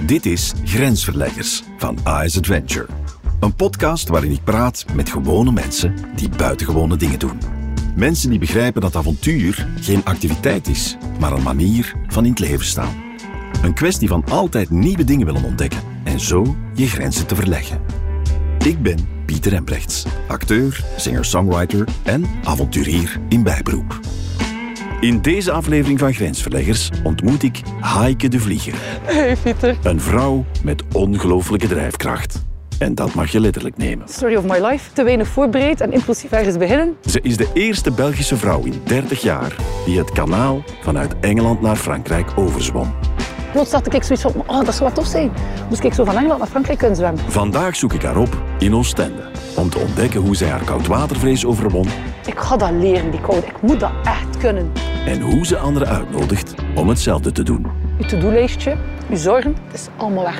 Dit is Grensverleggers van AS Adventure. Een podcast waarin ik praat met gewone mensen die buitengewone dingen doen. Mensen die begrijpen dat avontuur geen activiteit is, maar een manier van in het leven staan. Een kwestie van altijd nieuwe dingen willen ontdekken en zo je grenzen te verleggen. Ik ben Pieter Embrechts, acteur, singer-songwriter en avonturier in bijberoep. In deze aflevering van Grensverleggers ontmoet ik Haike de Vlieger. Hey Pieter. Een vrouw met ongelooflijke drijfkracht. En dat mag je letterlijk nemen. Story of my life. Te weinig voorbereid en impulsief ergens beginnen. Ze is de eerste Belgische vrouw in 30 jaar die het kanaal vanuit Engeland naar Frankrijk overzwom. Plots dacht ik zoiets van, dat zou wat tof zijn. Moest ik zo van Engeland naar Frankrijk kunnen zwemmen. Vandaag zoek ik haar op in Oostende. Om te ontdekken hoe zij haar koudwatervrees overwon. Ik ga dat leren, die koude. Ik moet dat echt kunnen. En hoe ze anderen uitnodigt om hetzelfde te doen. Je to-do-lijstje, je zorgen, het is allemaal weg.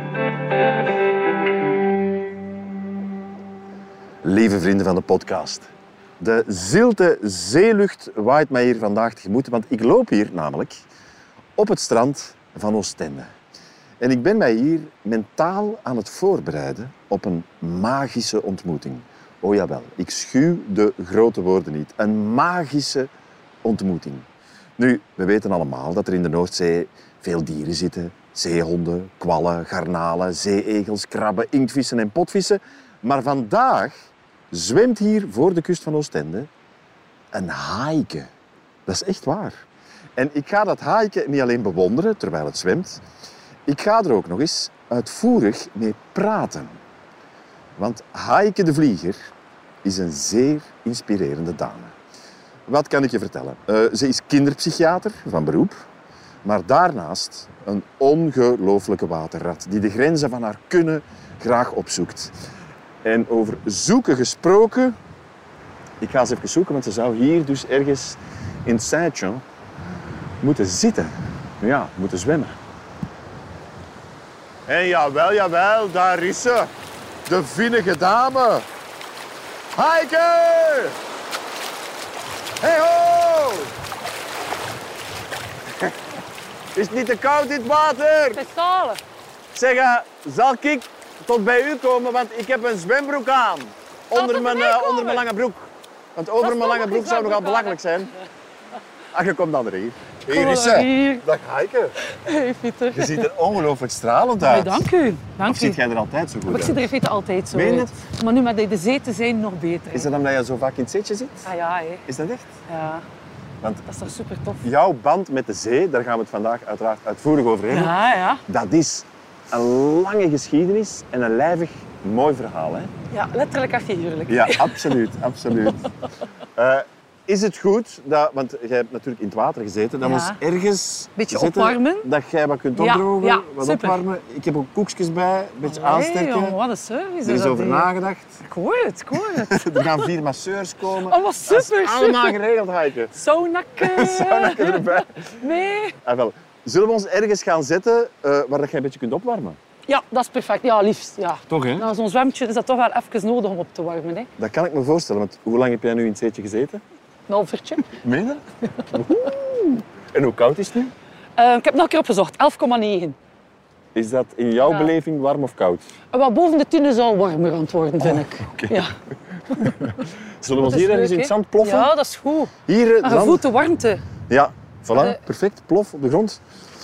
Lieve vrienden van de podcast. De zilte zeelucht waait mij hier vandaag tegemoet, want ik loop hier namelijk op het strand van Oostende. En ik ben mij hier mentaal aan het voorbereiden op een magische ontmoeting. Oh jawel, ik schuw de grote woorden niet. Een magische ontmoeting. Nu, we weten allemaal dat er in de Noordzee veel dieren zitten. Zeehonden, kwallen, garnalen, zeeegels, krabben, inktvissen en potvissen. Maar vandaag zwemt hier voor de kust van Oostende een haike. Dat is echt waar. En ik ga dat haike niet alleen bewonderen terwijl het zwemt. Ik ga er ook nog eens uitvoerig mee praten. Want Haike de Vlieger is een zeer inspirerende dame. Wat kan ik je vertellen? Ze is kinderpsychiater van beroep. Maar daarnaast een ongelooflijke waterrat die de grenzen van haar kunnen graag opzoekt. En over zoeken gesproken, ik ga eens even zoeken, want ze zou hier dus ergens in Saint-Jean moeten zitten. Ja, moeten zwemmen. En jawel, daar is ze. De vinnige dame. Haike! Hey ho! Is het niet te koud in het water? Het is zalen. Zeg, zal ik tot bij u komen, want ik heb een zwembroek aan. Onder mijn lange broek. Want over mijn lange broek zou nogal belachelijk zijn. Ach, je komt dan hier. Hier is ze. Dag Haike. Hey Pieter. Je ziet er ongelooflijk stralend uit. Hey, dank u. Of ziet jij er altijd zo goed Maar ik uit? zie er in feite altijd zo Meen je uit. Maar nu met de zee te zijn, nog beter. Is dat omdat je zo vaak in het zeetje zit? Ah ja, hè. Is dat echt? Ja. Want Dat is toch super tof. jouw band met de zee, daar gaan we het vandaag uiteraard uitvoerig over hebben. Ja. Dat is een lange geschiedenis en een lijvig mooi verhaal. Hè? Ja, letterlijk en figuurlijk. Ja, absoluut. Is het goed, want jij hebt natuurlijk in het water gezeten, dat we eens ergens beetje zitten, opwarmen. dat jij wat kunt opdrogen, ja, wat super. opwarmen. Ik heb ook koekjes bij, een beetje Allee, aansterken. jongen, wat een service. Er is dat over hier. nagedacht. Ik hoor het. Er gaan 4 masseurs komen. Oh, wat super, Dat is allemaal geregeld, Haike. Saunakke. Saunakke erbij. Nee. Ah, wel. Zullen we ons ergens gaan zetten waar dat jij een beetje kunt opwarmen? Ja, dat is perfect. Ja, liefst. Ja. Toch, hè? Na zo'n zwemtje is dat toch wel even nodig om op te warmen. Hè. Dat kan ik me voorstellen, want hoe lang heb jij nu in het zeetje gezeten? Een halvertje. Meen je dat? En hoe koud is het nu? Ik heb nog een keer opgezocht. 11,9. Is dat in jouw Ja. beleving warm of koud? Wel boven de 10 is al warmer aan het worden, vind ik. oké. Ja. Zullen we ons Dat is hier ergens leuk, in het hè? zand ploffen? Ja, dat is goed. Hier, Maar je voelt de warmte. Ja, voilà, perfect. Plof op de grond.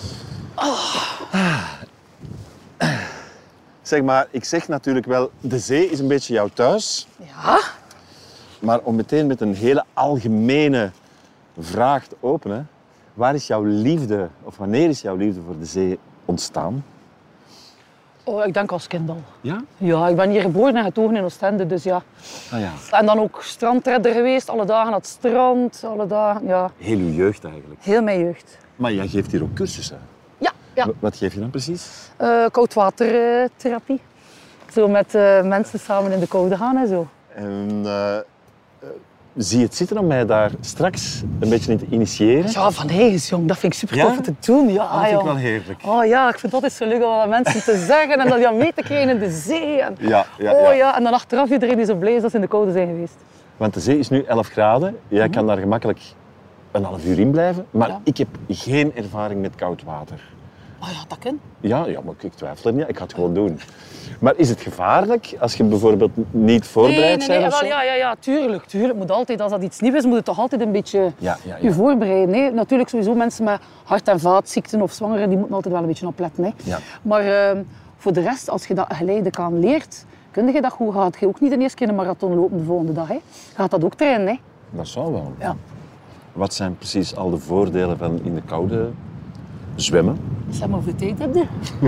Zeg maar, ik zeg natuurlijk wel, de zee is een beetje jouw thuis. Ja. Maar om meteen met een hele algemene vraag te openen. Waar is jouw liefde, of wanneer is jouw liefde voor de zee ontstaan? Oh, ik denk als kind al. Ja? Ja, ik ben hier geboren en getogen in Oostende, dus ja. Ah ja. En dan ook strandredder geweest, alle dagen aan het strand, alle dagen, ja. Heel uw jeugd eigenlijk. Heel mijn jeugd. Maar jij geeft hier ook cursussen. Ja. Wat geef je dan precies? Koudwatertherapie. Zo met mensen samen in de koude gaan en zo. En, zie je het zitten om mij daar straks een beetje in te initiëren? Ja, van eigens, jong. Dat vind ik super Ja? tof om te doen. Ja, Dat vind ik jong. wel heerlijk. Oh ja, ik vind het altijd zo leuk om aan mensen te zeggen en dat die aan mee te krijgen in de zee. En... Ja. Oh ja, en dan achteraf iedereen die zo blij is dat ze in de koude zijn geweest. Want de zee is nu 11 graden. Jij kan daar gemakkelijk een half uur in blijven. Maar Ja. ik heb geen ervaring met koud water. Oh ja, dat kan. Ja, maar ik twijfel er niet. Ik ga het gewoon doen. Maar is het gevaarlijk als je bijvoorbeeld niet voorbereid bent? Of zo? Ja, tuurlijk. Moet altijd, als dat iets nieuws is, moet je toch altijd een beetje je voorbereiden. Nee, natuurlijk sowieso mensen met hart- en vaatziekten of zwangeren, die moeten altijd wel een beetje opletten. Hè. Ja. Maar voor de rest, als je dat geleidelijk aan leert, kun je dat goed. Gaat je ook niet de eerste keer een marathon lopen de volgende dag. Hè. Je gaat dat ook trainen. Hè. Dat zou wel. Ja. Wat zijn precies al de voordelen van in de koude zwemmen? Zeg maar, hoeveel tijd heb je?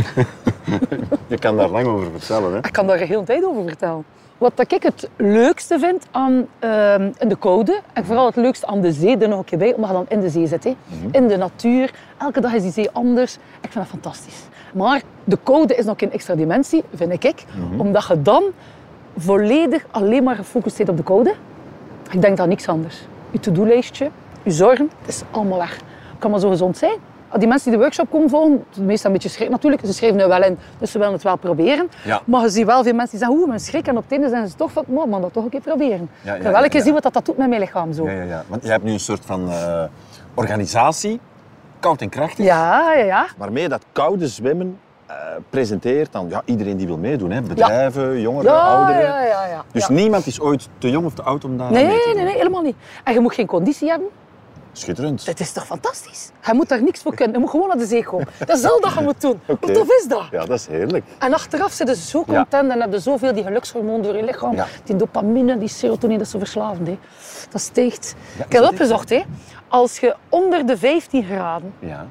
Je kan daar lang over vertellen, hè? Ik kan daar een hele tijd over vertellen. Wat ik het leukste vind aan in de koude, en vooral het leukste aan de zee, er nog een keer bij, omdat je dan in de zee zit. Hè. In de natuur, elke dag is die zee anders. Ik vind dat fantastisch. Maar de koude is nog een extra dimensie, vind ik. Omdat je dan volledig alleen maar gefocust bent op de koude. Ik denk aan niks anders. Je to-do-lijstje, je zorgen, het is allemaal weg. Het kan maar zo gezond zijn. Die mensen die de workshop komen volgen, meestal een beetje schrik natuurlijk. Ze schrijven er wel in, dus ze willen het wel proberen. Ja. Maar je ziet wel veel mensen die zeggen, mijn schrik. En op het einde zijn ze toch van, man, dat toch een keer proberen. Ik wil wel een keer zien wat dat doet met mijn lichaam. Zo. Ja. Want je hebt nu een soort van organisatie, koud en krachtig. Ja. Waarmee dat koude zwemmen presenteert aan iedereen die wil meedoen. Hè? Bedrijven, jongeren, ouderen. Ja. Dus niemand is ooit te jong of te oud om daar aan mee te doen? Nee, helemaal niet. En je moet geen conditie hebben. Schitterend. Het is toch fantastisch? Je moet daar niks voor kunnen. Je moet gewoon naar de zee komen. Dat is al dat je moet doen. Hoe tof is dat? Ja, dat is heerlijk. En achteraf zit je zo content en heb je zoveel die gelukshormoon door je lichaam. Ja. Die dopamine, die serotonine, dat is zo verslavend. Hè. Dat stijgt. Ik heb het opgezocht. Hè. Als je onder de 15 graden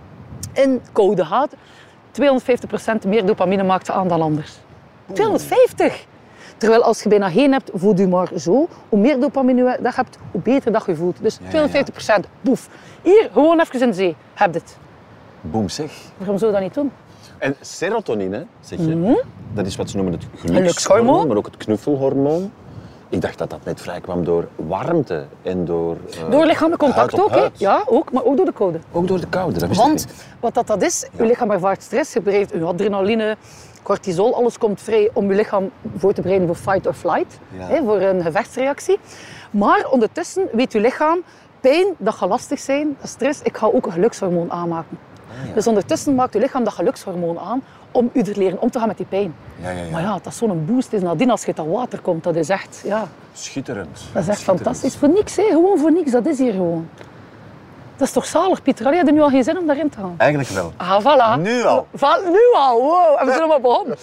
in koude gaat, 250% meer dopamine maakt aan dan anders. 250! Terwijl als je bijna geen hebt, voelt je maar zo. Hoe meer dopamine je hebt, hoe beter dat je voelt. Dus 250%, boef. Hier, gewoon even in de zee, heb je het. Boem zeg. Waarom zou je dat niet doen? En serotonine, zeg je, dat is wat ze noemen het gelukshormoon, maar ook het knuffelhormoon. Ik dacht dat dat net vrij kwam door warmte en door... door lichamelijk contact ook, hè? Ja, ook, maar ook door de koude. Ook door de koude, dat Want wat dat is, je lichaam ervaart stress, je krijgt je adrenaline, cortisol, alles komt vrij om je lichaam voor te bereiden voor fight or flight, hè, voor een gevechtsreactie. Maar ondertussen weet je lichaam, pijn, dat gaat lastig zijn, stress, ik ga ook een gelukshormoon aanmaken. Dus ondertussen maakt je lichaam dat gelukshormoon aan om u te leren om te gaan met die pijn. Maar ja, dat is zo'n boost. Nadien als je uit dat water komt, dat is echt... Schitterend. Dat is echt fantastisch. Voor niks, hè. Gewoon voor niks. Dat is hier gewoon. Dat is toch zalig, Pieter? Allee, heb je nu al geen zin om daarin te gaan? Eigenlijk wel. Ah, voilà. Nu al? Nu al, wow. En we zijn nog maar begonnen.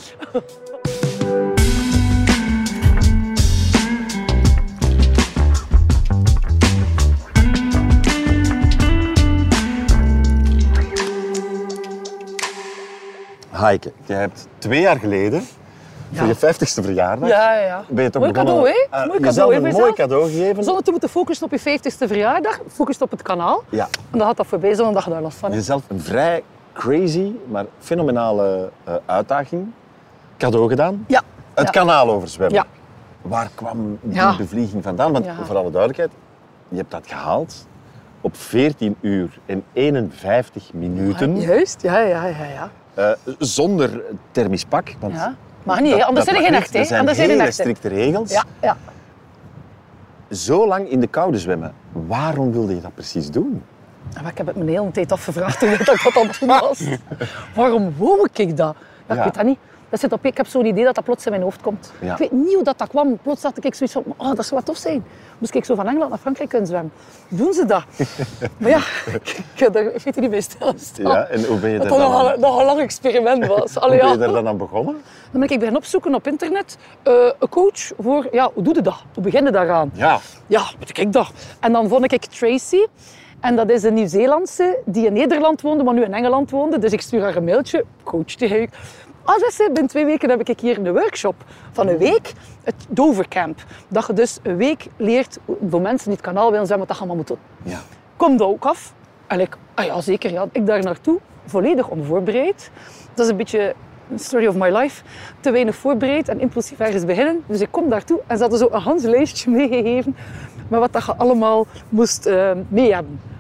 Heike, je hebt 2 jaar geleden, voor je 50ste verjaardag, ben je toch mooi begonnen... Cadeau, hè? Mooi jezelf cadeau, een mooi cadeau gegeven. Zonder te moeten focussen op je 50ste verjaardag, focust op het kanaal. Ja. En dan gaat dat voorbij, zonder dat je daar last van hebt. Jezelf een vrij crazy, maar fenomenale uitdaging cadeau gedaan. Ja. Het kanaal overzwemmen. Ja. Waar kwam die bevlieging vandaan? Want voor alle duidelijkheid, je hebt dat gehaald op 14 uur en 51 minuten. Juist, ja. Zonder thermisch pak. Want mag niet, anders zijn er geen echt. Er zijn hele strikte regels. Ja. Zo lang in de koude zwemmen, waarom wilde je dat precies doen? Ik heb het me de hele tijd afgevraagd toen ik dat aan het doen was. Waarom wou ik dat? Ik weet dat niet. Ik heb zo'n idee dat dat plots in mijn hoofd komt. Ja. Ik weet niet hoe dat kwam. Plots dacht ik zoiets van, dat zou wat tof zijn. Moest ik zo van Engeland naar Frankrijk kunnen zwemmen. Doen ze dat? Maar ik weet er niet bij stilstaan. Ja, en hoe ben je dat nog een lang experiment was. Hoe ben je er dan aan begonnen? Dan ben ik beginnen opzoeken op internet. Een coach voor, hoe doe je dat? Hoe begin je daaraan? Ja, weet ik dat. En dan vond ik Tracy. En dat is een Nieuw-Zeelandse die in Nederland woonde, maar nu in Engeland woonde. Dus ik stuur haar een mailtje. Coach die ik. Binnen 2 weken heb ik hier een workshop van een week, het Dovercamp. Dat je dus een week leert voor mensen die het kanaal willen zwemmen, wat je allemaal moet doen. Ja. Kom dat ook af. En ik, zeker, ik daar naartoe, volledig onvoorbereid. Dat is een beetje een story of my life. Te weinig voorbereid en impulsief ergens beginnen. Dus ik kom daartoe en ze hadden zo een handlijstje meegegeven met wat je allemaal moest mee hebben.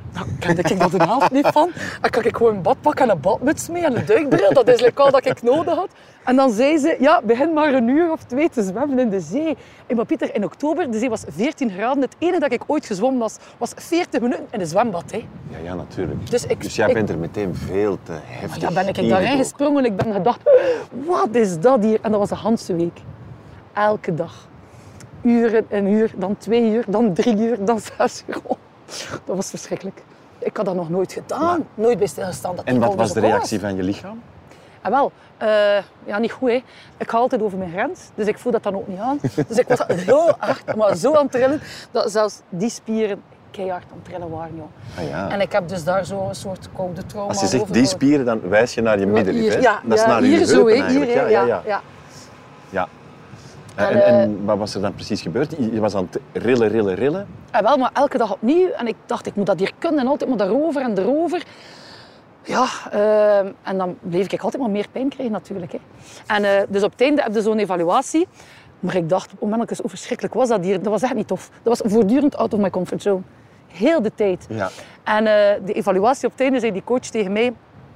Nou, kende ik daar de helft niet van. Dan kan ik gewoon een badpak en een badmuts mee en een duikbril. Dat is al dat ik nodig had. En dan zei ze, ja, begin maar 1 uur of 2 te zwemmen in de zee. En maar Pieter, in oktober, de zee was 14 graden. Het enige dat ik ooit gezwommen was 40 minuten in een zwembad. Hè. Ja, natuurlijk. Dus jij bent er meteen veel te heftig ja, ben ik daarin gesprongen. Ik ben gedacht, wat is dat hier? En dat was de hele week. Elke dag. Uren en uur, dan 2 uur, dan 3 uur, dan 6 uur. Oh, dat was verschrikkelijk. Ik had dat nog nooit gedaan. Maar... nooit bij stilgestaan. En wat was de reactie van je lichaam? En wel, ja, niet goed. Hè. Ik ga altijd over mijn grens, dus ik voel dat dan ook niet aan. Dus ik was zo hard, maar zo aan het trillen, dat zelfs die spieren keihard aan het trillen waren. Joh. Ah, ja. En ik heb dus daar zo een soort koude trauma. Als je zegt die spieren, dan wijs je naar je middenrif, hè? Ja, dat is naar hier je zo, heupen hier, eigenlijk. ja. En wat was er dan precies gebeurd? Je was aan het rillen. En wel, maar elke dag opnieuw. En ik dacht, ik moet dat hier kunnen en altijd maar daarover en erover. Ja, en dan bleef ik altijd maar meer pijn krijgen natuurlijk. Hè. En dus op het einde heb je zo'n evaluatie. Maar ik dacht, oh man, hoe verschrikkelijk was dat hier? Dat was echt niet tof. Dat was voortdurend out of my comfort zone. Heel de tijd. Ja. En de evaluatie op het einde zei die coach tegen mij...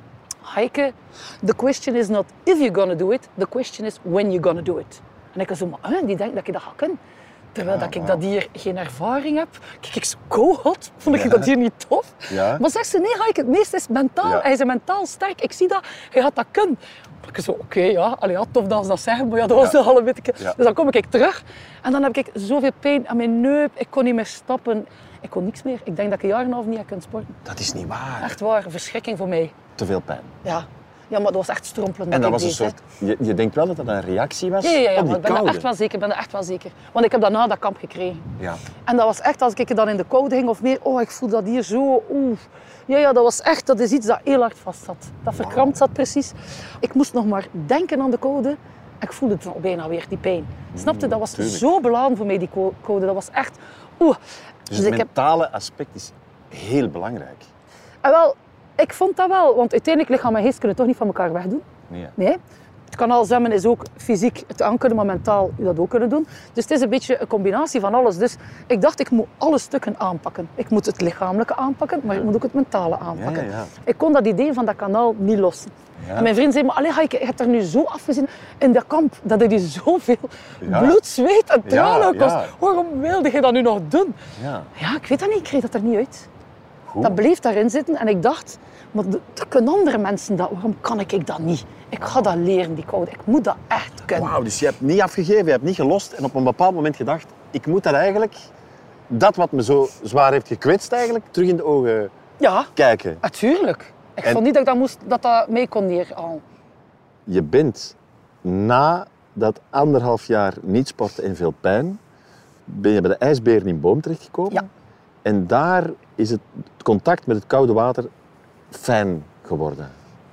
Heike, the question is not if you're gonna do it. The question is when you're gonna do it. En ik was zo, maar die denkt dat ik dat ga kunnen. Terwijl dat ik dat hier geen ervaring heb. Kijk, ik zo had, vond ik dat hier niet tof. Ja. Maar zegt ze, nee Heike, het meeste is mentaal. Ja. Hij is mentaal sterk, ik zie dat, hij gaat dat kunnen. Ik zo, oké, ja, tof dat ze dat zeggen, maar ja, dat was nog al een beetje... Ja. Dus dan kom ik terug en dan heb ik zoveel pijn aan mijn neup. Ik kon niet meer stappen. Ik kon niks meer. Ik denk dat ik 1,5 jaar niet heb kunnen sporten. Dat is niet waar. Echt waar, een verschrikking voor mij. Te veel pijn. Ja. Ja, maar dat was echt strompelend. En dat was een soort... Je denkt wel dat dat een reactie was ja, op die maar ik ben koude? er echt wel zeker. Want ik heb daarna dat kamp gekregen. Ja. En dat was echt, als ik dan in de koude ging of meer, oh, ik voel dat hier zo, oeh. Ja, dat was echt, dat is iets dat heel hard vast zat. Dat verkrampt zat precies. Ik moest nog maar denken aan de koude en ik voelde het al bijna weer, die pijn. Snapte? Dat was zo beladen voor mij, die koude. Dat was echt, oeh. Dus het mentale aspect is heel belangrijk. En wel, ik vond dat wel, want uiteindelijk lichaam en geest kunnen toch niet van elkaar wegdoen. Nee. Het kanaalzwemmen is ook fysiek het aankunnen, maar mentaal je dat ook kunnen doen. Dus het is een beetje een combinatie van alles. Dus ik dacht, ik moet alle stukken aanpakken. Ik moet het lichamelijke aanpakken, maar ik moet ook het mentale aanpakken. Ja. Ik kon dat idee van dat kanaal niet lossen. Ja. En mijn vriend zei, maar allee, Heike, je hebt er nu zo afgezien in dat kamp, dat er zoveel bloed, zweet en tranen kost. Waarom wilde je dat nu nog doen? Ja, ik weet dat niet, ik kreeg dat er niet uit. Goed. Dat bleef daarin zitten en ik dacht, maar er kunnen andere mensen dat, waarom kan ik dat niet? Ik ga dat leren, die koude. Ik moet dat echt kunnen. Wauw, dus je hebt niet afgegeven, je hebt niet gelost en op een bepaald moment gedacht, ik moet dat eigenlijk, dat wat me zo zwaar heeft gekwetst eigenlijk, terug in de ogen kijken. Natuurlijk. Ik vond niet dat mee kon hier al. Je bent na dat 1,5 jaar niet sporten en veel pijn, ben je bij de ijsberen in Boom terechtgekomen. Ja. En daar is het contact met het koude water fijn geworden.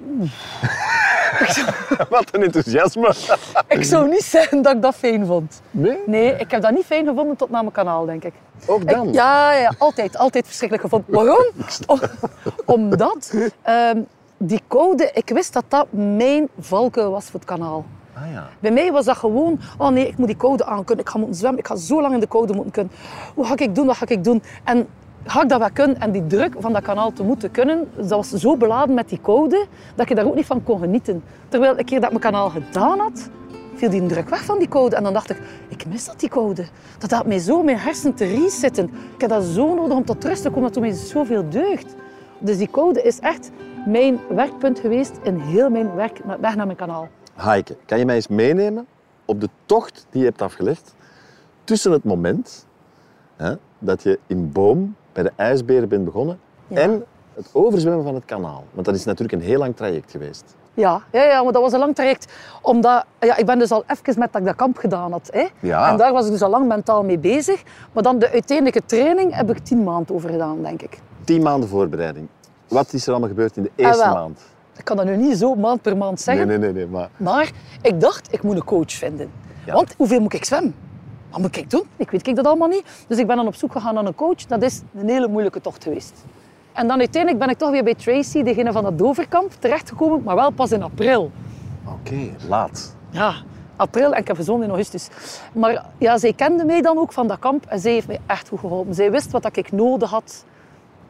Wat een enthousiasme. Ik zou niet zeggen dat ik dat fijn vond. Nee? Nee, ik heb dat niet fijn gevonden tot na mijn kanaal, denk ik. Ook dan? Ja, altijd verschrikkelijk gevonden. Waarom? Omdat die koude, ik wist dat dat mijn valkuil was voor het kanaal. Ah, ja. Bij mij was dat gewoon, oh nee, ik moet die koude aankunnen. Ik ga moeten zwemmen, ik ga zo lang in de koude moeten kunnen. Hoe ga ik doen, wat ga ik doen? En ga ik dat wel kunnen? En die druk van dat kanaal te moeten kunnen, dat was zo beladen met die koude, dat je daar ook niet van kon genieten. Terwijl een keer dat ik mijn kanaal gedaan had, viel die druk weg van die koude. En dan dacht ik mis dat, die koude. Dat had mij zo mijn hersenen te resetten. Ik heb dat zo nodig om tot rust te komen, dat doet mij zoveel deugd. Dus die koude is echt mijn werkpunt geweest in heel mijn weg naar mijn kanaal. Heike, kan je mij eens meenemen op de tocht die je hebt afgelegd tussen het moment dat je in Boom bij de ijsberen bent begonnen en het overzwemmen van het kanaal? Want dat is natuurlijk een heel lang traject geweest. Ja, maar dat was een lang traject. Omdat, ik ben dus al even met dat ik dat kamp gedaan had. Hè. Ja. En daar was ik dus al lang mentaal mee bezig. Maar dan de uiteindelijke training heb ik 10 maanden over gedaan, denk ik. 10 maanden voorbereiding. Wat is er allemaal gebeurd in de eerste maand? Ik kan dat nu niet zo maand per maand zeggen. Nee, Maar ik dacht, ik moet een coach vinden. Ja. Want hoeveel moet ik zwemmen? Wat moet ik doen? Ik weet dat allemaal niet. Dus ik ben dan op zoek gegaan naar een coach. Dat is een hele moeilijke tocht geweest. En dan uiteindelijk ben ik toch weer bij Tracy, degene van dat Doverkamp, terechtgekomen. Maar wel pas in april. Oké, laat. Ja, april en ik heb gezond in augustus. Maar ja, zij kende mij dan ook van dat kamp. En zij heeft mij echt goed geholpen. Zij wist wat ik nodig had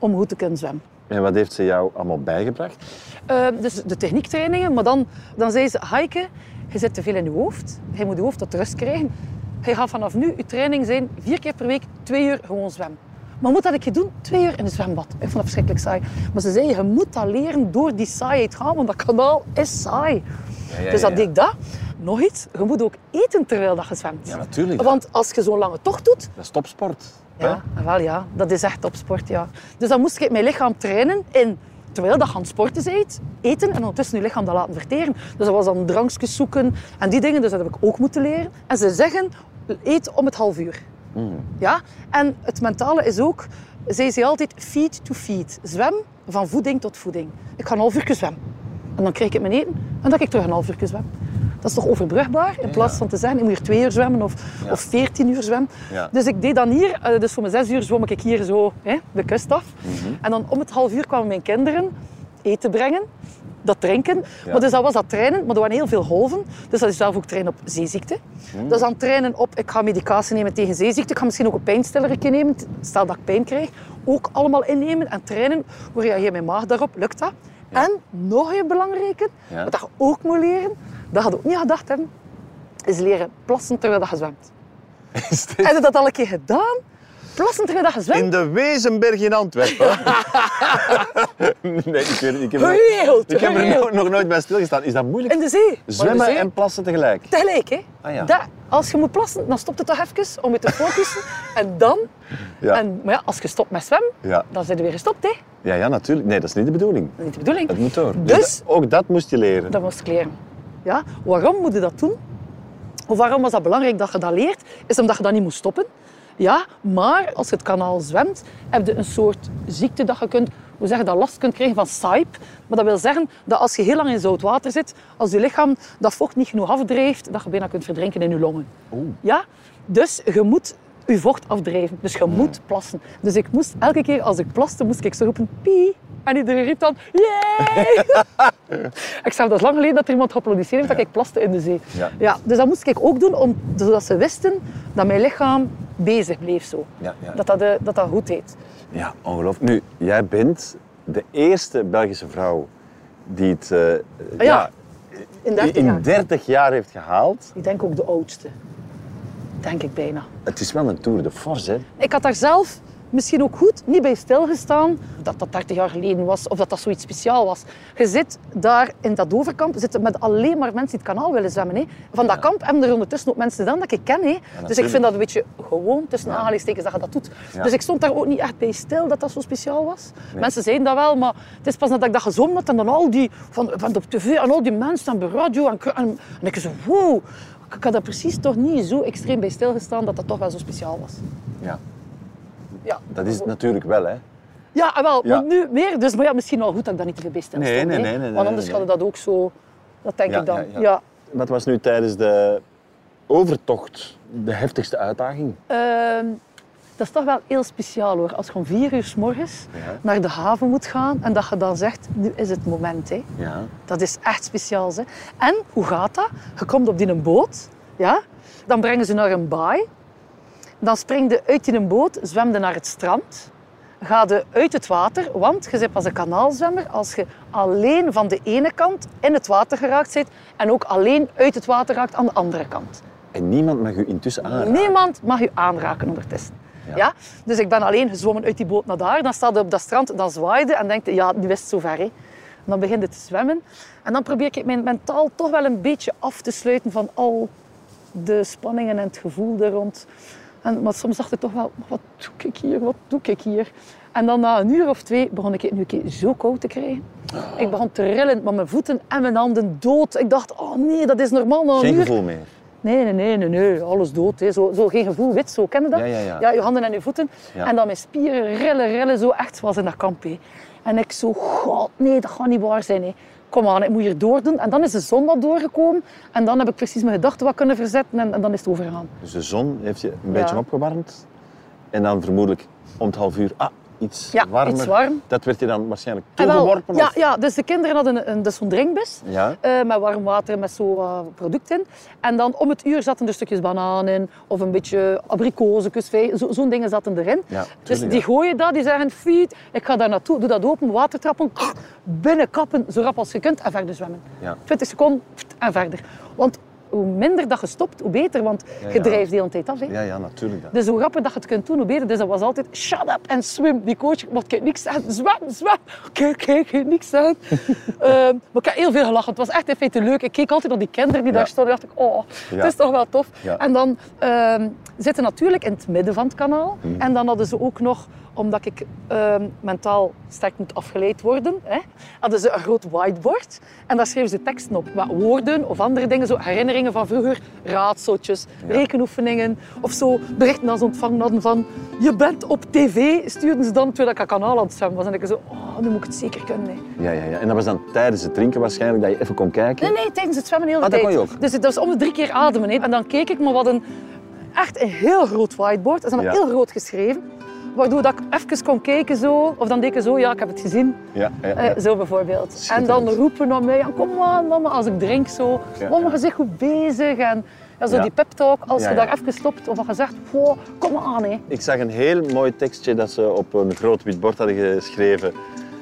om goed te kunnen zwemmen. En wat heeft ze jou allemaal bijgebracht? Dus de techniektrainingen, maar dan zei ze, Heike, je zit te veel in je hoofd. Je moet je hoofd tot rust krijgen. Je gaat vanaf nu, je training zijn 4 keer per week, 2 uur gewoon zwemmen. Maar moet dat ik je doen? 2 uur in een zwembad. Ik vond dat verschrikkelijk saai. Maar ze zei, je moet dat leren door die saaiheid gaan, want dat kanaal is saai. Dus dat deed ik dat. Nog iets, je moet ook eten terwijl dat je zwemt. Ja, natuurlijk. Want als je zo'n lange tocht doet... Dat is topsport. Ja, wel ja, dat is echt topsport, ja. Dus dan moest ik mijn lichaam trainen in... Terwijl dat je aan het sporten bent, eten en ondertussen je lichaam dat laten verteren. Dus dat was dan drankjes zoeken en die dingen, dus dat heb ik ook moeten leren. En ze zeggen, eet om het half uur. Ja? En het mentale is ook, zij zei altijd feed to feed. Zwem van voeding tot voeding. Ik ga een half uur zwemmen. En dan krijg ik mijn eten en dan ga ik terug een half uur zwemmen. Dat is toch overbrugbaar? In plaats van te zeggen, ik moet hier 2 uur zwemmen of 14 uur zwemmen. Ja. Dus ik deed dan hier, dus voor mijn 6 uur zwom ik hier zo de kust af. En dan om het half uur kwamen mijn kinderen eten brengen, dat drinken. Ja. Maar dus dat was dat trainen, maar er waren heel veel golven. Dus dat is zelf ook trainen op zeeziekte. Dat is dan trainen op, ik ga medicatie nemen tegen zeeziekte. Ik ga misschien ook een pijnstiller nemen, stel dat ik pijn krijg. Ook allemaal innemen en trainen. Hoe reageert mijn maag daarop? Lukt dat? Ja. En nog een belangrijke, wat je ook moet leren, dat had ik ook niet gedacht hebben, is leren plassen terwijl je zwemt. Heb je dat al een keer gedaan? Plassen terwijl je zwemt? In de Wezenberg in Antwerpen. Nee, ik heb er nog nooit bij stilgestaan. Is dat moeilijk? In de zee. Zwemmen en plassen tegelijk? Tegelijk, hè. Ah, ja. Als je moet plassen, dan stopt het toch even om je te focussen. En dan... Ja. Maar ja, als je stopt met zwemmen, dan zijn je weer gestopt, hè. Ja, natuurlijk. Nee, dat is niet de bedoeling. Dat is niet de bedoeling. Het moet door. Dus ook dat moest je leren. Dat moest ik leren. Ja. Waarom moet je dat doen? Of waarom was dat belangrijk dat je dat leert? Is omdat je dat niet moet stoppen. Ja, maar als je het kanaal zwemt, heb je een soort ziekte dat je kunt, last kunt krijgen van SAIP. Maar dat wil zeggen dat als je heel lang in zout water zit, als je lichaam dat vocht niet genoeg afdrijft, dat je bijna kunt verdrinken in je longen. Ja? Dus je moet je vocht afdrijven. Dus je moet plassen. Dus ik moest elke keer als ik plaste, moest ik zo roepen, pie. En iedereen riep dan, yay! Ik zag dat lang geleden dat er iemand geapplaudisseerd heeft dat ik plaste in de zee. Ja, dus dat moest ik ook doen, zodat ze wisten dat mijn lichaam bezig bleef zo. Dat goed deed. Ja, ongelooflijk. Nu, jij bent de eerste Belgische vrouw die het in 30 jaar heeft gehaald. Ik denk ook de oudste. Denk ik bijna. Het is wel een tour de force, hè? Ik had daar zelf misschien ook goed niet bij stilgestaan dat dat 30 jaar geleden was of dat dat zoiets speciaal was. Je zit daar in dat overkamp met alleen maar mensen die het kanaal willen zwemmen. Hè. Van dat kamp hebben er ondertussen ook mensen dan dat ik ken. Hè. Ja, dus ik vind dat een beetje gewoon tussen aanhalingstekens dat je dat doet. Ja. Dus ik stond daar ook niet echt bij stil dat dat zo speciaal was. Nee. Mensen zeiden dat wel, maar het is pas nadat ik dat gezongen had en dan al die van op tv en al die mensen en bij radio en ik zo wow. Ik had daar precies toch niet zo extreem bij stilgestaan dat dat toch wel zo speciaal was. Ja. Ja, dat is het natuurlijk wel, hè? Ja, wel, maar nu meer. Dus maar misschien wel goed dat ik daar niet te veel bij stilsta. Nee. Want anders gaat dat ook zo... Dat denk ik dan. Ja. Wat was nu tijdens de overtocht de heftigste uitdaging? Dat is toch wel heel speciaal, hoor. Als je om 4 uur 's morgens naar de haven moet gaan en dat je dan zegt, nu is het moment, hè. Ja. Dat is echt speciaal, hè. En, hoe gaat dat? Je komt op die boot, ja. Dan brengen ze naar een baai. Dan spring je uit in een boot, zwem je naar het strand. Ga je uit het water, want je bent pas een kanaalzwemmer als je alleen van de ene kant in het water geraakt bent en ook alleen uit het water raakt aan de andere kant. En niemand mag u intussen aanraken? Niemand mag u aanraken ondertussen. Ja? Dus ik ben alleen gezwommen uit die boot naar daar. Dan sta je op dat strand, dan zwaaide en denk je, ja, nu is het zover. Hè. En dan begin je te zwemmen. En dan probeer ik mijn mentaal toch wel een beetje af te sluiten van al de spanningen en het gevoel er rond. Maar soms dacht ik toch wel, wat doe ik hier? En dan na een uur of 2 begon ik het nu een keer zo koud te krijgen. Ik begon te rillen met mijn voeten en mijn handen dood. Ik dacht, oh nee, dat is normaal na een uur. Geen gevoel meer? Nee, alles dood. Hè. Zo geen gevoel, wit, zo, ken je dat? Ja, je handen en je voeten. Ja. En dan mijn spieren rillen, zo echt zoals in dat kamp. Hè. En ik zo, god, nee, dat gaat niet waar zijn. Hè. Kom aan, ik moet hier doordoen. En dan is de zon wat doorgekomen. En dan heb ik precies mijn gedachten wat kunnen verzetten en dan is het overgegaan. Dus de zon heeft je een beetje opgewarmd. En dan vermoedelijk om het half uur, iets Ja, warmer. iets warm. Dat werd je dan waarschijnlijk En wel, toegeworpen? ja, of? ja, dus de kinderen hadden dus zo'n drinkbus Ja. met warm water met zo'n product in. En dan om het uur zaten er stukjes banaan in of een beetje abrikozenkus, zo'n dingen zaten erin. Ja, Dus tuurlijk, die ja. gooien dat, die zeggen fiet, ik ga daar naartoe, doe dat open, watertrappen, binnenkappen, zo rap als je kunt en verder zwemmen. Ja. 20 seconden en verder. Want hoe minder dat je stopt, hoe beter, want je ja. drijft de hele tijd af. Hè. Ja, natuurlijk. Dat. Dus hoe rapper dat je het kunt doen, hoe beter. Dus dat was altijd shut up en swim. Die coach, mocht ik niks zeggen, zwem. Kijk, niks zeggen. Maar ik heb heel veel gelachen. Het was echt in feite leuk. Ik keek altijd naar die kinderen die daar stonden. Dacht ik, oh, het is toch wel tof. Ja. En dan zitten natuurlijk in het midden van het kanaal. En dan hadden ze ook nog, omdat ik mentaal sterk moet afgeleid worden, hadden ze een groot whiteboard. En daar schreven ze teksten op. Met woorden of andere dingen, zo herinneringen van vroeger, raadseltjes, rekenoefeningen of zo. Berichten dat ze ontvangen hadden van je bent op tv, stuurden ze dan terwijl ik een kanaal aan het zwemmen was. En ik zo, oh, nu moet ik het zeker kunnen. Hè. Ja. En dat was dan tijdens het drinken waarschijnlijk, dat je even kon kijken? Nee, tijdens het zwemmen de hele dat tijd. kon je ook? Dus dat was om de 3 keer ademen. Hè. En dan keek ik, maar wat echt een heel groot whiteboard. Dat is dan heel groot geschreven. Waardoor dat ik even kon kijken zo, of dan deed ik zo, ja, ik heb het gezien. Ja. Zo bijvoorbeeld. En dan roepen naar mij, ja, kom aan mama, als ik drink zo. Mama, je bent goed bezig. En ja, zo die pep talk, als je daar even stopt of je zegt, wow, kom aan. Hè. Ik zag een heel mooi tekstje dat ze op een groot wit bord hadden geschreven.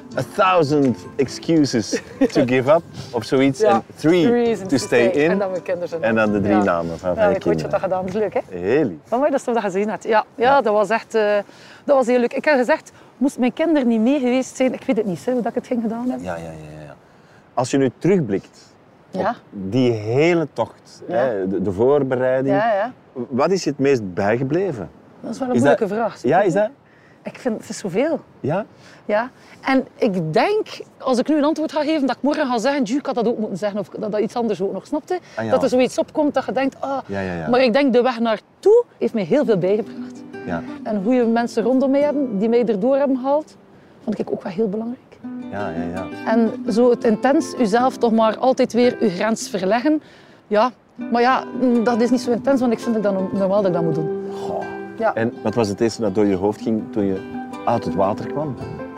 1000 excuses to give up, of zoiets. Ja. En 3 reasons to stay in. En dan mijn kinderen. En dan de 3 namen van Ja, je ik weet wat kinderen. dat gedaan. Dat is leuk, hè? Heel lief. Van mij, dat is toch dat je gezien hebt. Ja, dat was echt dat was heel leuk. Ik heb gezegd, moest mijn kinderen niet mee geweest zijn, ik weet het niet, hè, hoe dat ik het ging gedaan hebben. Ja. Als je nu terugblikt op Ja. die hele tocht, Ja. hè, de voorbereiding, Ja. wat is je het meest bijgebleven? Dat is wel een Is moeilijke dat- vraag. Ja, is dat? Ik vind, het is zoveel. Ja? Ja. En ik denk, als ik nu een antwoord ga geven, dat ik morgen ga zeggen, ik had dat ook moeten zeggen, of dat iets anders ook nog snapte. Ah, ja. Dat er zoiets opkomt dat je denkt, Ja. Maar ik denk, de weg naartoe heeft mij heel veel bijgebracht. Ja. En goede mensen rondom mij hebben, die mij erdoor hebben gehaald, vond ik ook wel heel belangrijk. Ja. En zo het intens, uzelf toch maar altijd weer uw grens verleggen. Ja, maar ja, dat is niet zo intens, want ik vind het dan normaal dat ik dat moet doen. Goh. Ja. En wat was het eerste dat door je hoofd ging toen je uit het water kwam?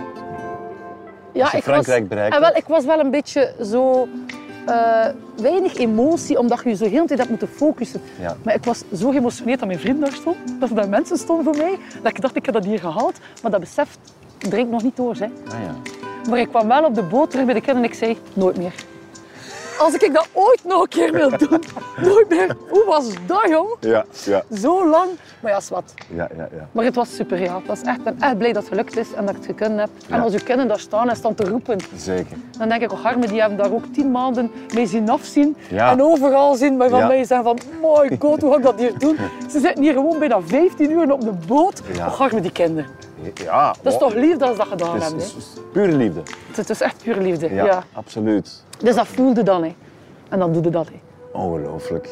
Ja, je Frankrijk bereikt wel, ik was wel een beetje zo weinig emotie, omdat je je zo heel de tijd hebt moeten focussen. Ja. Maar ik was zo geëmotioneerd dat mijn vriend daar stond, dat er daar mensen stonden voor mij, dat ik dacht, ik heb dat hier gehaald. Maar dat besef drinkt nog niet door. Hè. Ah, ja. Maar ik kwam wel op de boot terug bij de kinderen en ik zei, nooit meer. Als ik dat ooit nog een keer wil doen, nooit meer. Hoe was dat, jong? Ja. Zo lang. Maar ja, is wat. Ja. Maar het was super, ja. Het was echt, ik ben echt blij dat het gelukt is en dat ik het gekund heb. Ja. En als je kinderen daar staan en staan te roepen, Zeker. dan denk ik, oh, Harme, die hebben daar ook 10 maanden mee zien afzien. Ja. En overal zien, maar van Ja. mij zeggen van, my god, hoe ga ik dat hier doen? Ze zitten hier gewoon bijna 15 uur op de boot. Ja. Oh, Harme, die kinderen. Ja. Dat is toch lief dat ze dat gedaan Het hebben. is, Hè? is pure liefde. Het is echt pure liefde. Ja, Ja. absoluut. Dus dat voelde dan. Hè. En dan doe je dat. Hè. Ongelooflijk.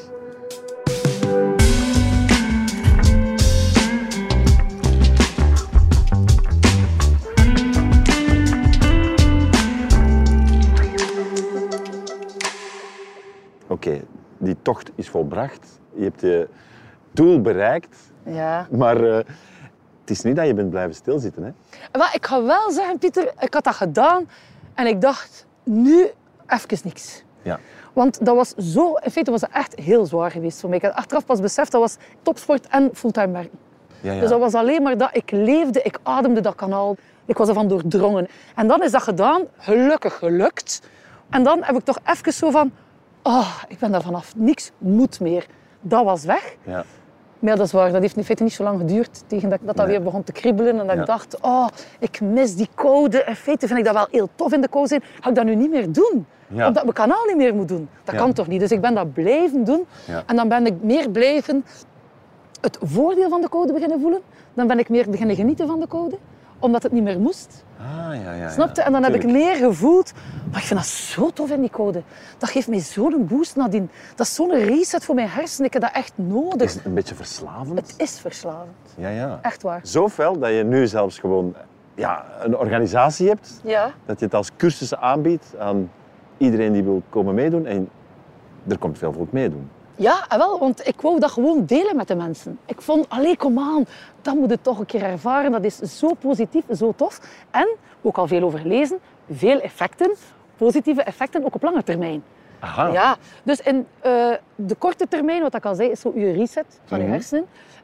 Oké, die tocht is volbracht. Je hebt je doel bereikt. Ja. Maar het is niet dat je bent blijven stilzitten, hè? Maar ik ga wel zeggen, Pieter, ik had dat gedaan en ik dacht, nu even niks. Ja. Want dat was zo, in feite was het echt heel zwaar geweest voor mij. Ik had achteraf pas beseft, dat was topsport en fulltime werken. Ja. Dus dat was alleen maar dat ik leefde, ik ademde dat kanaal. Ik was ervan doordrongen. En dan is dat gedaan, gelukkig gelukt. En dan heb ik toch even zo van, ik ben daar vanaf, niks moet meer. Dat was weg. Ja. Maar ja, dat is waar, dat heeft in feite niet zo lang geduurd tegen dat Nee. weer begon te kriebelen. En dat Ja. ik dacht, ik mis die koude. In feite vind ik dat wel heel tof in de kou zijn. Ga ik dat nu niet meer doen? Ja. Omdat ik mijn kanaal niet meer moet doen. Dat Ja. kan toch niet? Dus ik ben dat blijven doen. Ja. En dan ben ik meer blijven het voordeel van de koude beginnen voelen. Dan ben ik meer beginnen genieten van de koude. Omdat het niet meer moest. Ja. Snapte? En dan heb ik Tuurlijk. meer gevoeld. Maar ik vind dat zo tof in die koude. Dat geeft mij zo'n boost nadien. Dat is zo'n reset voor mijn hersenen. Ik heb dat echt nodig. Is het een beetje verslavend? Het is verslavend. Ja. Echt waar. Zo fel dat je nu zelfs gewoon een organisatie hebt. Ja. Dat je het als cursussen aanbiedt aan iedereen die wil komen meedoen. En er komt veel volk meedoen. Ja, wel, want ik wou dat gewoon delen met de mensen. Ik vond, allee, kom aan, dat moet je toch een keer ervaren. Dat is zo positief, zo tof. En, ook al veel over gelezen, veel effecten, positieve effecten, ook op lange termijn. Aha. Ja, dus in de korte termijn, wat ik al zei, is zo je reset van je hersenen.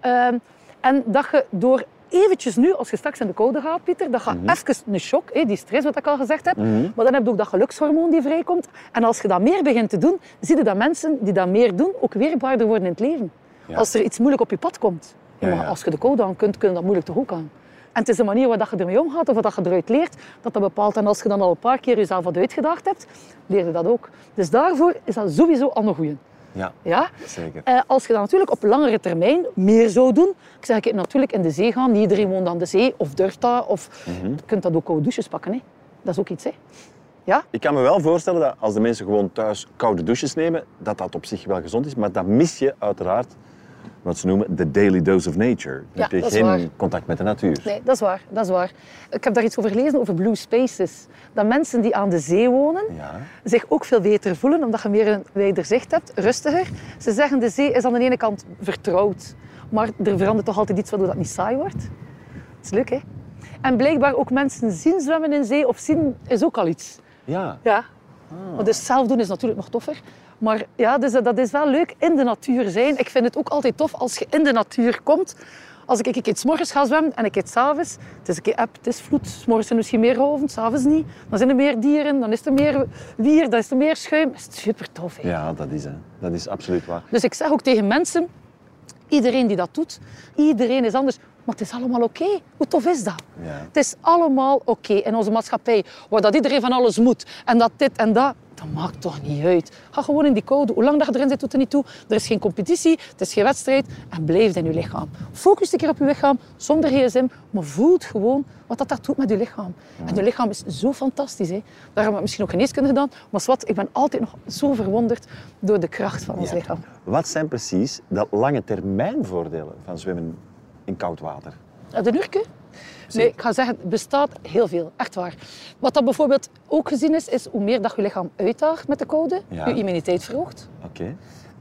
En dat je door eventjes nu, als je straks in de koude gaat, Pieter, dat gaat even een shock, die stress, wat ik al gezegd heb. Maar dan heb je ook dat gelukshormoon die vrijkomt. En als je dat meer begint te doen, zie je dat mensen die dat meer doen, ook weerbaarder worden in het leven. Ja. Als er iets moeilijk op je pad komt. Ja, maar als je de koude aan kunt, kun je dat moeilijk toch ook aan. En het is de manier waarop je ermee omgaat of wat je eruit leert, dat bepaalt. En als je dan al een paar keer jezelf wat uitgedaagd hebt, leer je dat ook. Dus daarvoor is dat sowieso al een goeie. Ja, zeker. Als je dat natuurlijk op langere termijn meer zou doen, ik zeg natuurlijk in de zee gaan, niet iedereen woont aan de zee of durft dat, of je kunt dat ook koude douches pakken. Hè. Dat is ook iets. Hè. Ja? Ik kan me wel voorstellen dat als de mensen gewoon thuis koude douches nemen, dat dat op zich wel gezond is, maar dat mis je uiteraard wat ze noemen de daily dose of nature. Dan heb je dat is geen waar. contact met de natuur. Nee, dat is waar. Dat is waar. Ik heb daar iets over gelezen, over blue spaces. Dat mensen die aan de zee wonen zich ook veel beter voelen, omdat je meer een wijder zicht hebt, rustiger. Ze zeggen de zee is aan de ene kant vertrouwd, maar er verandert toch altijd iets waardoor dat niet saai wordt. Dat is leuk, hè? En blijkbaar ook mensen zien zwemmen in zee of zien is ook al iets. Ja. Ja. Maar dus zelf doen is natuurlijk nog toffer. Maar ja, dus dat is wel leuk, in de natuur zijn. Ik vind het ook altijd tof als je in de natuur komt. Als ik eet 's morgens ga zwemmen en ik eet 's avonds, het is een keer eb, het is vloed. 's morgens zijn er misschien meer golven, 's avonds niet. Dan zijn er meer dieren, dan is er meer wier, dan is er meer schuim. Dat is super tof. Hè? Ja, dat is absoluut waar. Dus ik zeg ook tegen mensen, iedereen die dat doet, iedereen is anders. Maar het is allemaal oké. Hoe tof is dat? Ja. Het is allemaal oké in onze maatschappij, waar dat iedereen van alles moet. En dat dit en dat maakt toch niet uit. Ga gewoon in die koude. Hoe lang dat je erin zit, doet er niet toe. Er is geen competitie, het is geen wedstrijd. En blijf in je lichaam. Focus een keer op je lichaam, zonder gsm. Maar voel gewoon wat dat doet met je lichaam. En je lichaam is zo fantastisch. Hè. Daar hebben we misschien ook geneeskunde gedaan. Maar wat, ik ben altijd nog zo verwonderd door de kracht van ons lichaam. Wat zijn precies de lange termijn voordelen van zwemmen in koud water? De nurke? Nee, ik ga zeggen, het bestaat heel veel. Echt waar. Wat dat bijvoorbeeld ook gezien is hoe meer dat je lichaam uitdaagt met de koude, je immuniteit verhoogt. Oké.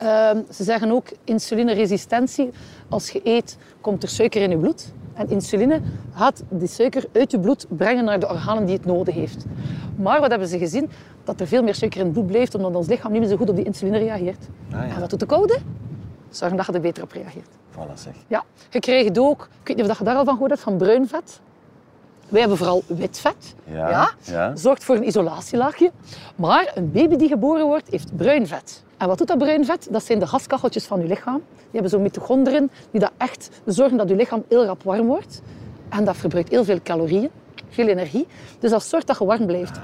Ze zeggen ook insulineresistentie. Als je eet, komt er suiker in je bloed. En insuline gaat die suiker uit je bloed brengen naar de organen die het nodig heeft. Maar wat hebben ze gezien? Dat er veel meer suiker in het bloed blijft, omdat ons lichaam niet meer zo goed op die insuline reageert. En wat doet de koude? Zorgen dat je er beter op reageert. Voilà, zeg. Ja, je krijgt ook, ik weet niet of je daar al van gehoord hebt, van bruin vet. Wij hebben vooral wit vet. Ja. Zorgt voor een isolatielaagje. Maar een baby die geboren wordt, heeft bruin vet. En wat doet dat bruin vet? Dat zijn de gaskacheltjes van je lichaam. Die hebben zo'n mitochondriën die dat echt zorgen dat je lichaam heel rap warm wordt. En dat verbruikt heel veel calorieën, veel energie. Dus dat zorgt dat je warm blijft.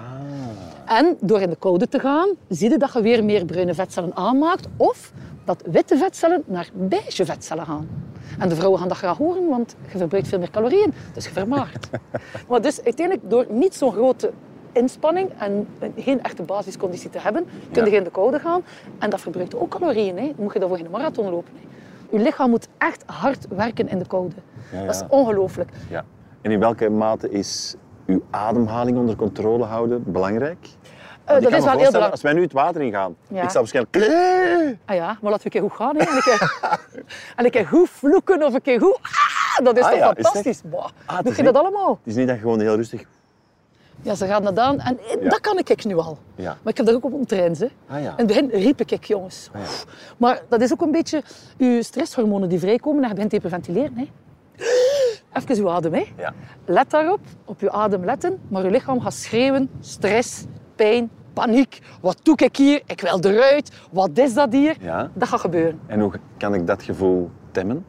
En door in de koude te gaan, zie je dat je weer meer bruine vetcellen aanmaakt. Of dat witte vetcellen naar beige vetcellen gaan. En de vrouwen gaan dat graag horen, want je verbruikt veel meer calorieën. Dus je vermaagt. Maar dus uiteindelijk, door niet zo'n grote inspanning en geen echte basisconditie te hebben, kun je in de koude gaan. En dat verbruikt ook calorieën. Hè. Dan moet je daarvoor in een marathon lopen. Hè. Je lichaam moet echt hard werken in de koude. Dat is ongelooflijk. Ja. En in welke mate is uw ademhaling onder controle houden belangrijk? Dat is wel heel belangrijk. Als wij nu het water ingaan, ik zou waarschijnlijk... Ah ja, maar laten we een keer goed gaan. Hè. En een keer goed vloeken of een keer goed... dat is toch fantastisch. Doe je dat allemaal? Het is niet dat je gewoon heel rustig... Ja, ze gaan dat aan en dat kan ik nu al. Ja. Maar ik heb daar ook op ontraind. Hè. In het begin riep ik, jongens. Maar dat is ook een beetje je stresshormonen die vrijkomen en je begint te hyperventileren. Hè. Even uw adem. Hè. Ja. Let daarop, op je adem letten, maar je lichaam gaat schreeuwen, stress, pijn, paniek. Wat doe ik hier? Ik wil eruit. Wat is dat hier? Ja. Dat gaat gebeuren. En hoe kan ik dat gevoel temmen?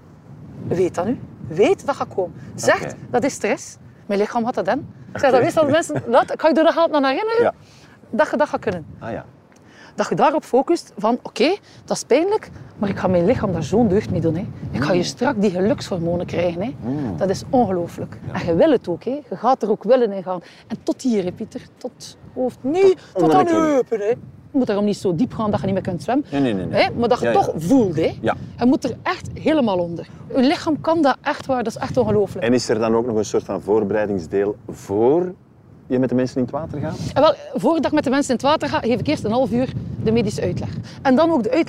Weet dat nu. Weet dat gaat komen. Zegt, dat is stress. Mijn lichaam had dat dan. Zeg, dat wist dat mensen... Kan je er nog aan herinneren? Dat je dat gaat kunnen. Dat je daarop focust van, oké, dat is pijnlijk, maar ik ga mijn lichaam daar zo'n deugd mee doen. Hè. Ik ga je strak die gelukshormonen krijgen. Hè. Dat is ongelooflijk. En je wil het ook. Hè. Je gaat er ook willen in gaan. En tot hier, hè, Pieter. Tot hoofd. Niet tot aan je heupen. Hè. Je moet daarom niet zo diep gaan dat je niet meer kunt zwemmen. Nee. Hè. Maar dat je toch voelt. Hè. Ja. Je moet er echt helemaal onder. Je lichaam kan dat echt waar. Dat is echt ongelooflijk. En is er dan ook nog een soort van voorbereidingsdeel voor je met de mensen in het water gaat? En wel, voordat ik met de mensen in het water ga, geef ik eerst een half uur de medische uitleg. En dan ook de uitleg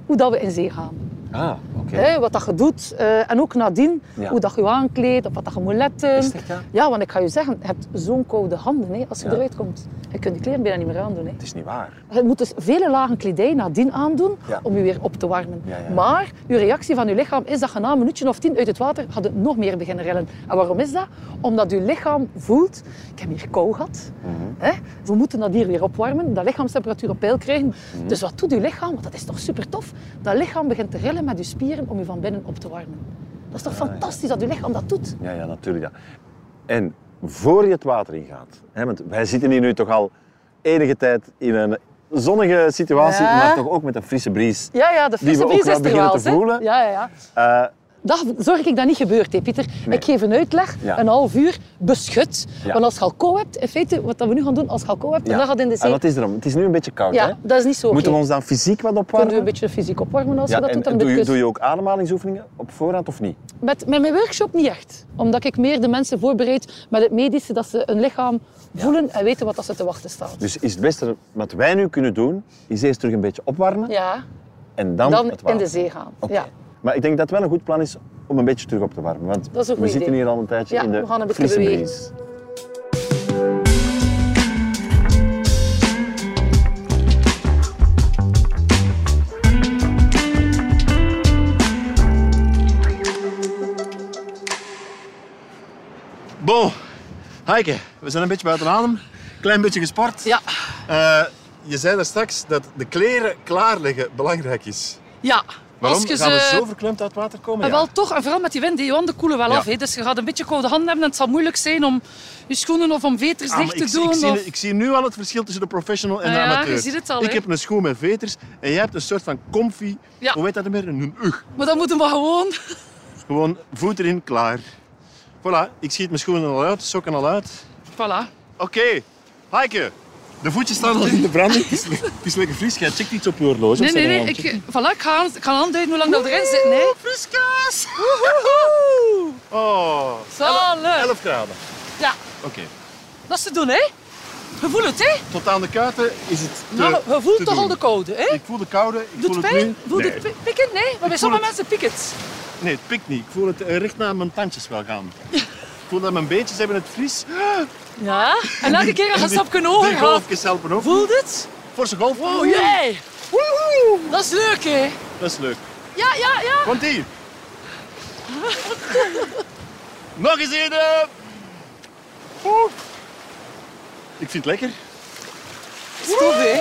hoe dat we in zee gaan. Ah, oké. Wat dat je doet. En ook nadien, hoe dat je je aankleedt, op wat dat je moet letten. Is dat, ja? Ja, want ik ga je zeggen, je hebt zo'n koude handen als je eruit komt. Je kunt je kleren bijna niet meer aandoen. Het is niet waar. Je moet dus vele lagen kledij nadien aandoen om je weer op te warmen. Ja, ja. Maar je reactie van je lichaam is dat je na een minuutje of 10 uit het water gaat het nog meer beginnen rillen. En waarom is dat? Omdat je lichaam voelt, ik heb hier kou gehad. We moeten dat hier weer opwarmen, dat lichaamstemperatuur op peil krijgen. Dus wat doet je lichaam? Want dat is toch super tof. Dat lichaam begint te rillen met je spieren om je van binnen op te warmen. Dat is toch fantastisch dat je lichaam dat doet? Ja, natuurlijk. Ja. En voor je het water ingaat, want wij zitten hier nu toch al enige tijd in een zonnige situatie, maar toch ook met een frisse bries. Ja, de frisse bries is er beginnen wel. te voelen. Ja. Dat zorg ik dat niet gebeurt, Pieter. Nee. Ik geef een uitleg, een half uur, beschut. Ja. Want als je al kou hebt, in feite, wat we nu gaan doen, als je al kou hebt, dan gaat het in de zee. En wat is er om? Het is nu een beetje koud, hè? Ja, dat is niet zo Moeten we oké. ons dan fysiek wat opwarmen? Kunnen we een beetje fysiek opwarmen als je dat doet? En Dan doe je ook ademhalingsoefeningen op voorhand of niet? Met mijn workshop niet echt. Omdat ik meer de mensen voorbereid met het medische, dat ze een lichaam voelen en weten wat dat ze te wachten staat. Dus is het beste wat wij nu kunnen doen, is eerst terug een beetje opwarmen Ja, en dan het water. in de zee gaan. Oké. Ja. Maar ik denk dat het wel een goed plan is om een beetje terug op te warmen. Want Dat is een we goed zitten idee. hier al een tijdje Ja, in we gaan de een beetje frisse bewegen. bries. Bon, Heike, we zijn een beetje buiten adem. Klein beetje gesport. Ja. Je zei daar straks dat de kleren klaarleggen belangrijk is. Ja. Waarom? Als je Gaan we ze- zo verklemd uit het water komen? En wel toch, en vooral met die wind, die handen koelen wel Ja. af. Hè. Dus je gaat een beetje koude handen hebben en het zal moeilijk zijn om je schoenen of om veters Ah, dicht maar te doen. ik zie nu al het verschil tussen de professional en de Ja, amateur. je ziet het al, Ik hè. heb een schoen met veters en jij hebt een soort van comfy, Ja. hoe heet dat meer? Een ug. Maar dan moeten we gewoon... Gewoon voet erin, klaar. Voilà, ik schiet mijn schoenen al uit, sokken al uit. Voilà. Oké, Heike, de voetjes staan al in de branding. Het is lekker fris. Jij checkt iets op je horloge. Nee, of nee, zijn nee. we aan het Ik ga aanduiden hoe lang dat erin zit. Nee. Friskas! Oh, Zalig. 11 graden. Ja, Oké. dat is te doen, hè. Je voelt het, hè. Tot aan de kuiten is het te, Nou, je voelt te toch doen. al de koude, hè. Ik voel de koude, ik Doet voel het het pijn? nu. Voelt Nee. het pikken? Nee, maar bij voel sommige het. mensen pikt het. Nee, het pikt niet. Ik voel het recht naar mijn tandjes wel gaan. Ik voel dat mijn beentjes hebben het fris. Ja. En elke keer als je een stap kunnen over Die gaat, golfjes helpen ook. voelt het? Forse golf. Oh, jee. Dat is leuk, hè. Dat is leuk. Ja. Komt ie. Nog eens een. Oeh. Ik vind het lekker. Stof, hè.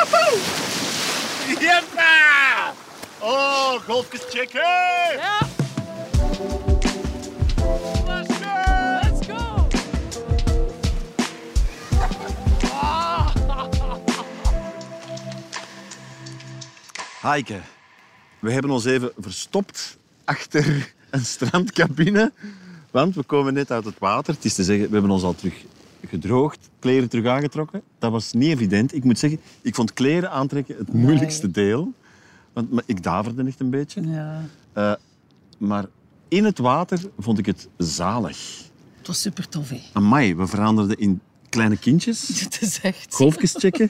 Jeppa! Oh, golfjes checken! Ja. Let's go! Let's go. Heike, we hebben ons even verstopt achter een strandcabine. Want we komen net uit het water. Het is te zeggen, we hebben ons al terug gedroogd, kleren terug aangetrokken. Dat was niet evident. Ik moet zeggen, ik vond kleren aantrekken het moeilijkste deel. Want ik daverde echt een beetje. Ja. Maar in het water vond ik het zalig. Het was super tof, hè. Amai, we veranderden in kleine kindjes. Het is echt... Golfjes checken.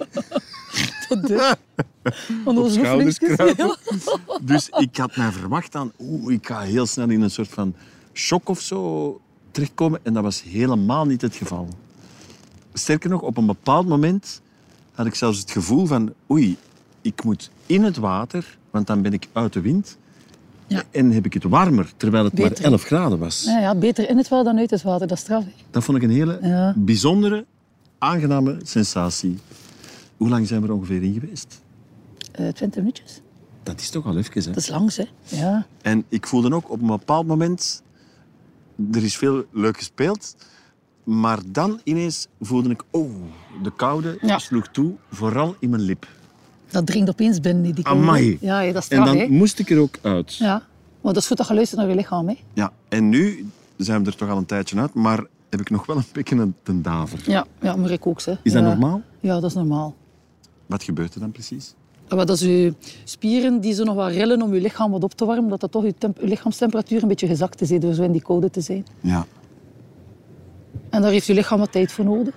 Van onze schouders oefeningsjes. kruipen. Dus ik had mij verwacht aan... ik ga heel snel in een soort van shock of zo terechtkomen. En dat was helemaal niet het geval. Sterker nog, op een bepaald moment had ik zelfs het gevoel van... ik moet in het water, want dan ben ik uit de wind. Ja. En heb ik het warmer, terwijl het Beter. maar 11 graden was. Ja, beter in het water dan uit het water. Dat is straf, hè. Dat vond ik een hele bijzondere, aangename sensatie. Hoe lang zijn we er ongeveer in geweest? 20 minuutjes. Dat is toch al even, hè? Dat is langs, hè. Ja. En ik voelde ook op een bepaald moment... Er is veel leuk gespeeld. Maar dan ineens voelde ik... de koude sloeg toe, vooral in mijn lip. Dat dringt opeens binnen, die koude. Amai. Ja, dat is En straf, dan hè. moest ik er ook uit. Ja. Maar dat is goed dat je luistert naar je lichaam, hè. Ja, en nu zijn we er toch al een tijdje uit, maar heb ik nog wel een beetje een daver. Ja, maar ik ook, hè. Is dat normaal? Ja, dat is normaal. Wat gebeurt er dan precies? Ja, maar dat is je spieren die zo nog wat rillen om je lichaam wat op te warmen, dat toch je lichaamstemperatuur een beetje gezakt is, hè, door zo in die koude te zijn. Ja. En daar heeft je lichaam wat tijd voor nodig.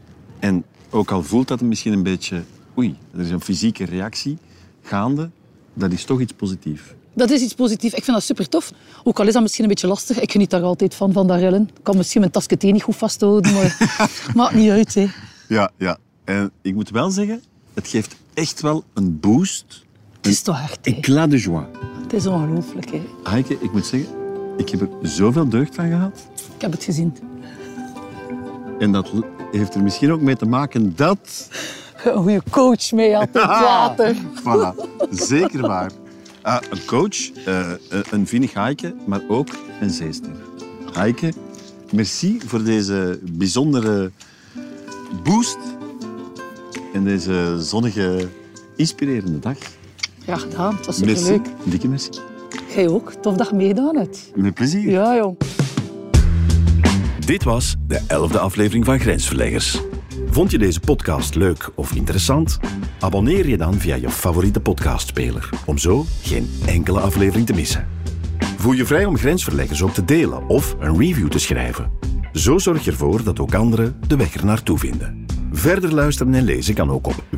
En ook al voelt dat misschien een beetje... er is een fysieke reactie gaande. dat is toch iets positiefs. Dat is iets positiefs. Ik vind dat super tof. Ook al is dat misschien een beetje lastig. Ik geniet daar altijd van dat rillen. Ik kan misschien mijn tasje niet goed vasthouden, maar maakt niet uit. Hè. Ja. En ik moet wel zeggen, het geeft echt wel een boost. Het is toch echt, hè. Éclat de joie. Het is ongelooflijk, hè. Heike, ik moet zeggen, ik heb er zoveel deugd van gehad. Ik heb het gezien. En dat heeft er misschien ook mee te maken dat... Een goede coach mee had op het water. Voilà, zeker waar. Een coach, een vinnig Heike, maar ook een zeester. Heike, merci voor deze bijzondere boost en deze zonnige, inspirerende dag. Graag gedaan, het was Merci, superleuk. dikke merci. Jij ook, tof dat je meegedaan hebt. Met plezier. Ja, jong. Dit was de 11e aflevering van Grensverleggers. Vond je deze podcast leuk of interessant? Abonneer je dan via je favoriete podcastspeler, om zo geen enkele aflevering te missen. Voel je vrij om Grensverleggers ook te delen of een review te schrijven. Zo zorg je ervoor dat ook anderen de weg er naartoe vinden. Verder luisteren en lezen kan ook op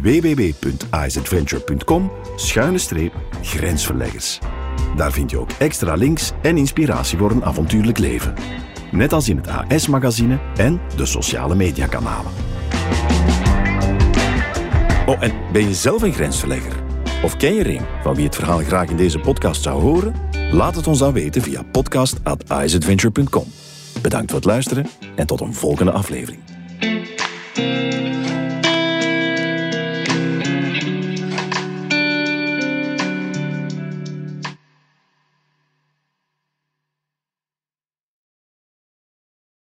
www.isadventure.com/grensverleggers. Daar vind je ook extra links en inspiratie voor een avontuurlijk leven. Net als in het AS-magazine en de sociale mediakanalen. Oh, en ben je zelf een grensverlegger? Of ken je er een van wie het verhaal graag in deze podcast zou horen? Laat het ons dan weten via podcast@isadventure.com. Bedankt voor het luisteren en tot een volgende aflevering.